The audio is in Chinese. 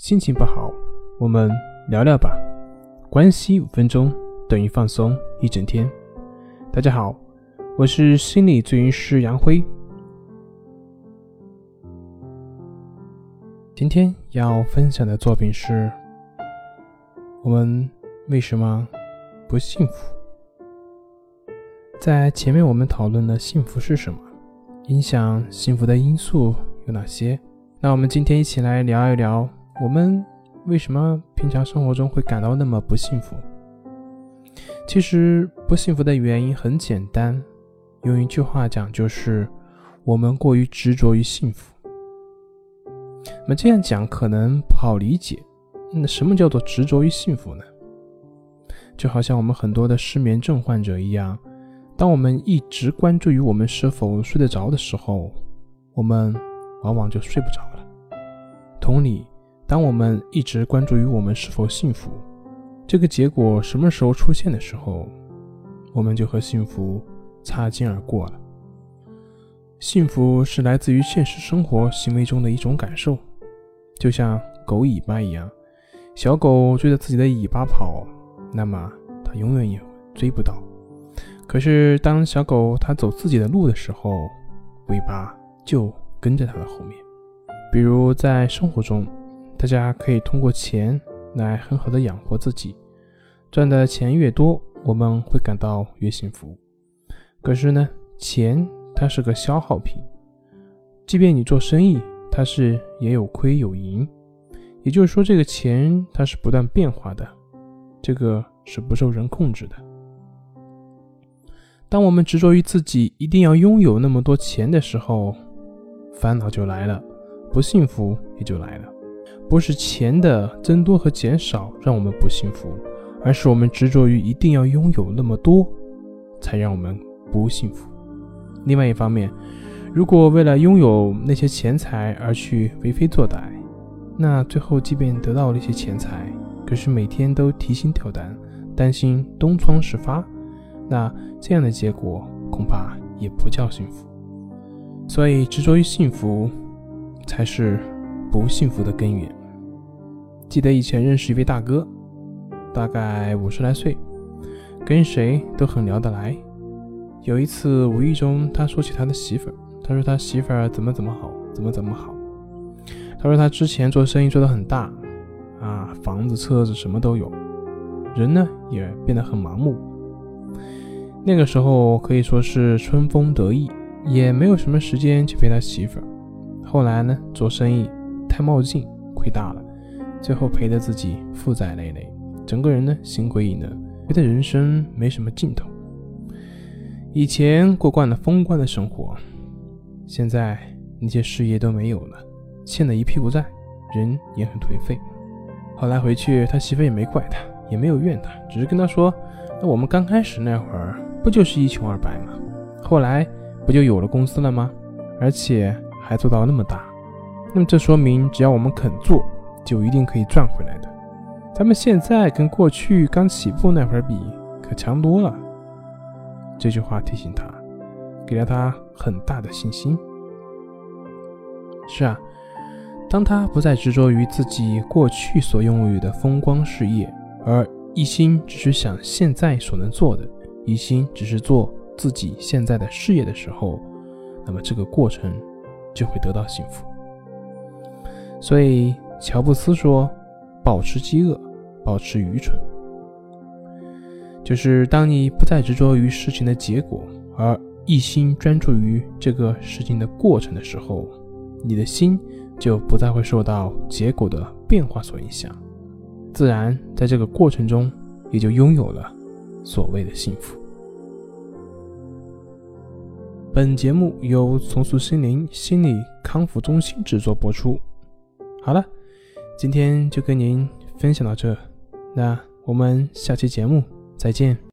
心情不好，我们聊聊吧。关系5分钟等于放松1整天。大家好，我是心理咨询师杨辉。今天要分享的作品是：我们为什么不幸福？在前面我们讨论了幸福是什么，影响幸福的因素有哪些？那我们今天一起来聊一聊，我们为什么平常生活中会感到那么不幸福？其实不幸福的原因很简单，用一句话讲就是我们过于执着于幸福。那么这样讲可能不好理解，那什么叫做执着于幸福呢？就好像我们很多的失眠症患者一样，当我们一直关注于我们是否睡得着的时候，我们往往就睡不着了。同理，当我们一直关注于我们是否幸福，这个结果什么时候出现的时候，我们就和幸福擦肩而过了。幸福是来自于现实生活行为中的一种感受，就像狗尾巴一样，小狗追着自己的尾巴跑，那么它永远也追不到。可是当小狗它走自己的路的时候，尾巴就跟着它的后面。比如在生活中，大家可以通过钱来很好的养活自己，赚的钱越多，我们会感到越幸福。可是呢，钱它是个消耗品，即便你做生意，它是也有亏有赢，也就是说这个钱它是不断变化的，这个是不受人控制的。当我们执着于自己一定要拥有那么多钱的时候，烦恼就来了，不幸福也就来了。不是钱的增多和减少让我们不幸福，而是我们执着于一定要拥有那么多，才让我们不幸福。另外一方面，如果为了拥有那些钱财而去为非作歹，那最后即便得到了一些钱财，可是每天都提心吊胆，担心东窗事发，那这样的结果恐怕也不叫幸福。所以执着于幸福才是不幸福的根源。记得以前认识一位大哥，大概50来岁，跟谁都很聊得来。有一次无意中他说起他的媳妇儿，他说他媳妇儿怎么好，怎么好。他说他之前做生意做得很大房子车子什么都有，人呢也变得很盲目。那个时候可以说是春风得意，也没有什么时间去陪他媳妇儿。后来呢，做生意太冒进，亏大了，最后赔得自己负债累累，整个人呢心灰意冷，觉得人生没什么尽头。以前过惯了风光的生活，现在那些事业都没有了，欠了一屁股债，人也很颓废。后来回去，他媳妇也没怪他，也没有怨他，只是跟他说，那我们刚开始那会儿不就是一穷二白吗？后来不就有了公司了吗？而且还做到那么大，那么这说明只要我们肯做，就一定可以赚回来的。咱们现在跟过去刚起步那会儿比，可强多了。这句话提醒他，给了他很大的信心。是啊，当他不再执着于自己过去所拥有的风光事业，而一心只是想现在所能做的，一心只是做自己现在的事业的时候，那么这个过程就会得到幸福。所以乔布斯说，保持饥饿，保持愚蠢。就是当你不再执着于事情的结果，而一心专注于这个事情的过程的时候，你的心就不再会受到结果的变化所影响，自然在这个过程中也就拥有了所谓的幸福。本节目由重塑心灵心理康复中心制作播出。好了，今天就跟您分享到这，那我们下期节目再见。